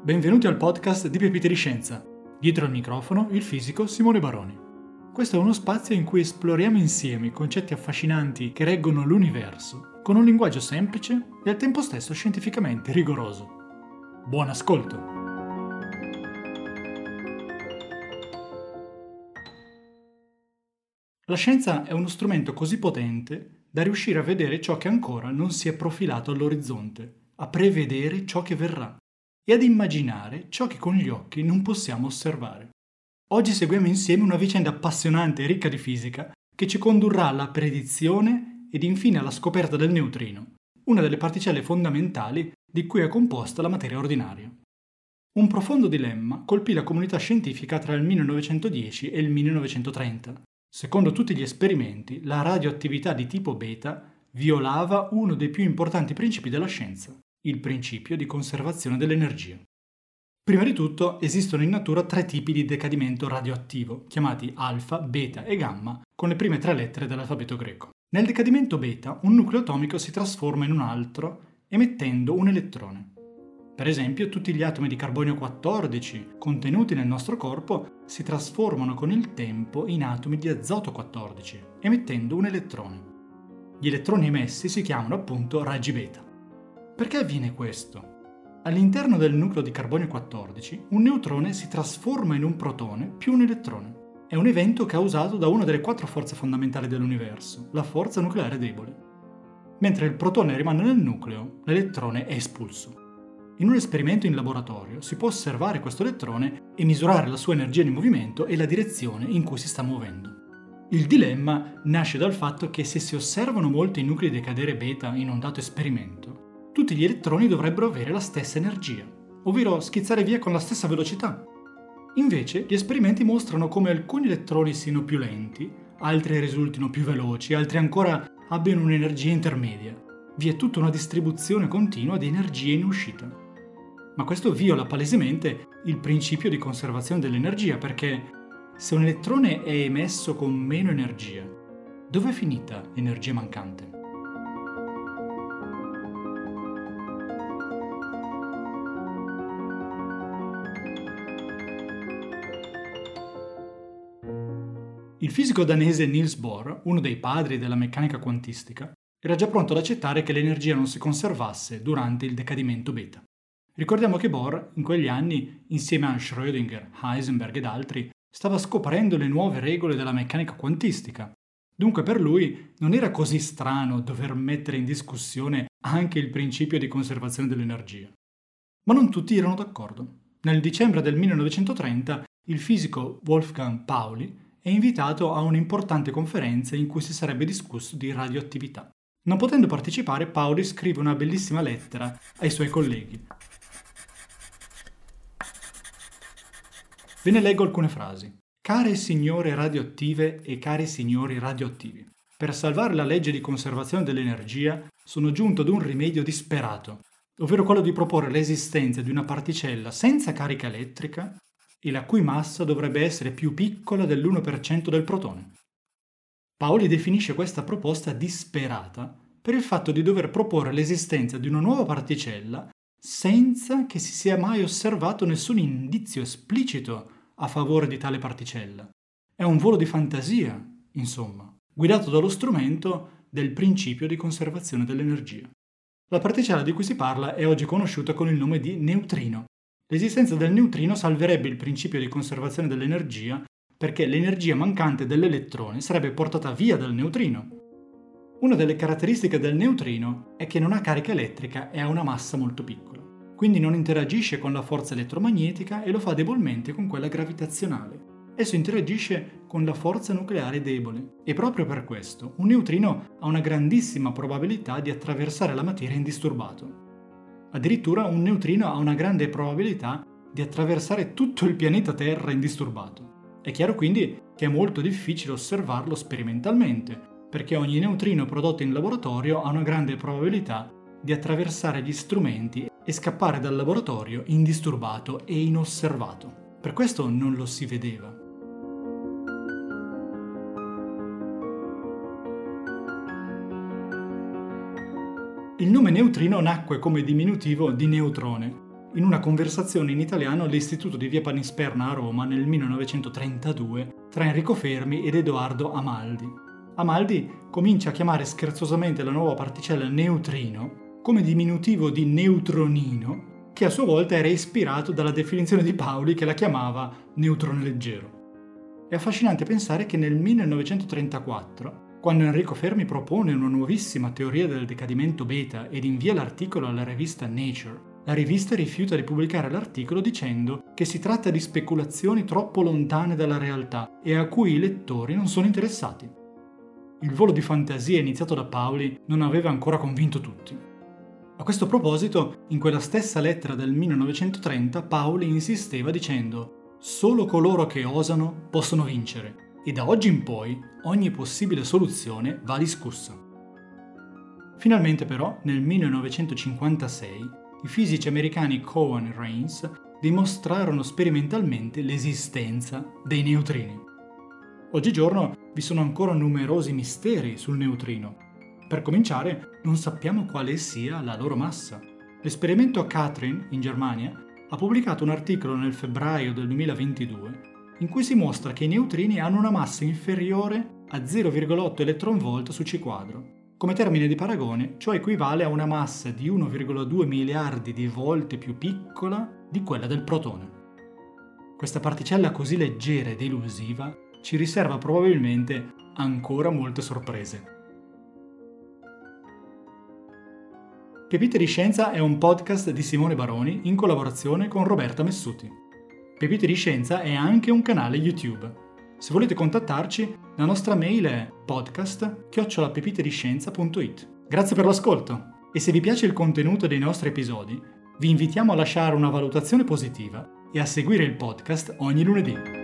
Benvenuti al podcast di Pepite di Scienza. Dietro al microfono il fisico Simone Baroni. Questo è uno spazio in cui esploriamo insieme i concetti affascinanti che reggono l'universo, con un linguaggio semplice e al tempo stesso scientificamente rigoroso. Buon ascolto! La scienza è uno strumento così potente da riuscire a vedere ciò che ancora non si è profilato all'orizzonte, a prevedere ciò che verrà e ad immaginare ciò che con gli occhi non possiamo osservare. Oggi seguiamo insieme una vicenda appassionante e ricca di fisica che ci condurrà alla predizione ed infine alla scoperta del neutrino, una delle particelle fondamentali di cui è composta la materia ordinaria. Un profondo dilemma colpì la comunità scientifica tra il 1910 e il 1930. Secondo tutti gli esperimenti, la radioattività di tipo beta violava uno dei più importanti principi della scienza, il principio di conservazione dell'energia. Prima di tutto, esistono in natura tre tipi di decadimento radioattivo, chiamati alfa, beta e gamma, con le prime tre lettere dell'alfabeto greco. Nel decadimento beta, un nucleo atomico si trasforma in un altro, emettendo un elettrone. Per esempio, tutti gli atomi di carbonio 14 contenuti nel nostro corpo si trasformano con il tempo in atomi di azoto 14, emettendo un elettrone. Gli elettroni emessi si chiamano appunto raggi beta. Perché avviene questo? All'interno del nucleo di carbonio 14, un neutrone si trasforma in un protone più un elettrone. È un evento causato da una delle quattro forze fondamentali dell'universo, la forza nucleare debole. Mentre il protone rimane nel nucleo, l'elettrone è espulso. In un esperimento in laboratorio si può osservare questo elettrone e misurare la sua energia di movimento e la direzione in cui si sta muovendo. Il dilemma nasce dal fatto che se si osservano molti nuclei decadere beta in un dato esperimento, tutti gli elettroni dovrebbero avere la stessa energia, ovvero schizzare via con la stessa velocità. Invece, gli esperimenti mostrano come alcuni elettroni siano più lenti, altri risultino più veloci, altri ancora abbiano un'energia intermedia. Vi è tutta una distribuzione continua di energia in uscita. Ma questo viola palesemente il principio di conservazione dell'energia, perché se un elettrone è emesso con meno energia, dove è finita l'energia mancante? Il fisico danese Niels Bohr, uno dei padri della meccanica quantistica, era già pronto ad accettare che l'energia non si conservasse durante il decadimento beta. Ricordiamo che Bohr, in quegli anni, insieme a Schrödinger, Heisenberg ed altri, stava scoprendo le nuove regole della meccanica quantistica. Dunque per lui non era così strano dover mettere in discussione anche il principio di conservazione dell'energia. Ma non tutti erano d'accordo. Nel dicembre del 1930 il fisico Wolfgang Pauli è invitato a un'importante conferenza in cui si sarebbe discusso di radioattività. Non potendo partecipare, Pauli scrive una bellissima lettera ai suoi colleghi. Ve ne leggo alcune frasi. Care signore radioattive e cari signori radioattivi, per salvare la legge di conservazione dell'energia sono giunto ad un rimedio disperato, ovvero quello di proporre l'esistenza di una particella senza carica elettrica e la cui massa dovrebbe essere più piccola dell'1% del protone. Pauli definisce questa proposta disperata per il fatto di dover proporre l'esistenza di una nuova particella senza che si sia mai osservato nessun indizio esplicito a favore di tale particella. È un volo di fantasia, insomma, guidato dallo strumento del principio di conservazione dell'energia. La particella di cui si parla è oggi conosciuta con il nome di neutrino. L'esistenza del neutrino salverebbe il principio di conservazione dell'energia perché l'energia mancante dell'elettrone sarebbe portata via dal neutrino. Una delle caratteristiche del neutrino è che non ha carica elettrica e ha una massa molto piccola, quindi non interagisce con la forza elettromagnetica e lo fa debolmente con quella gravitazionale. Esso interagisce con la forza nucleare debole e proprio per questo un neutrino ha una grandissima probabilità di attraversare la materia indisturbato. Addirittura un neutrino ha una grande probabilità di attraversare tutto il pianeta Terra indisturbato. È chiaro quindi che è molto difficile osservarlo sperimentalmente, perché ogni neutrino prodotto in laboratorio ha una grande probabilità di attraversare gli strumenti e scappare dal laboratorio indisturbato e inosservato. Per questo non lo si vedeva. Il nome neutrino nacque come diminutivo di neutrone, in una conversazione in italiano all'Istituto di Via Panisperna a Roma nel 1932 tra Enrico Fermi ed Edoardo Amaldi. Amaldi comincia a chiamare scherzosamente la nuova particella neutrino come diminutivo di neutronino, che a sua volta era ispirato dalla definizione di Pauli che la chiamava neutrone leggero. È affascinante pensare che nel 1934, quando Enrico Fermi propone una nuovissima teoria del decadimento beta ed invia l'articolo alla rivista Nature, la rivista rifiuta di pubblicare l'articolo dicendo che si tratta di speculazioni troppo lontane dalla realtà e a cui i lettori non sono interessati. Il volo di fantasia iniziato da Pauli non aveva ancora convinto tutti. A questo proposito, in quella stessa lettera del 1930, Pauli insisteva dicendo: «Solo coloro che osano possono vincere, e da oggi in poi ogni possibile soluzione va discussa». Finalmente però, nel 1956, i fisici americani Cohen e Raines dimostrarono sperimentalmente l'esistenza dei neutrini. Oggigiorno vi sono ancora numerosi misteri sul neutrino. Per cominciare, non sappiamo quale sia la loro massa. L'esperimento Katrin, in Germania, ha pubblicato un articolo nel febbraio del 2022 in cui si mostra che i neutrini hanno una massa inferiore a 0,8 eletronvolt su C quadro. Come termine di paragone, ciò equivale a una massa di 1,2 miliardi di volte più piccola di quella del protone. Questa particella così leggera ed elusiva ci riserva probabilmente ancora molte sorprese. Pepite di Scienza è un podcast di Simone Baroni in collaborazione con Roberta Messuti. Pepite di Scienza è anche un canale YouTube. Se volete contattarci, la nostra mail è podcast@pepitediscienza.it. Grazie per l'ascolto e se vi piace il contenuto dei nostri episodi, vi invitiamo a lasciare una valutazione positiva e a seguire il podcast ogni lunedì.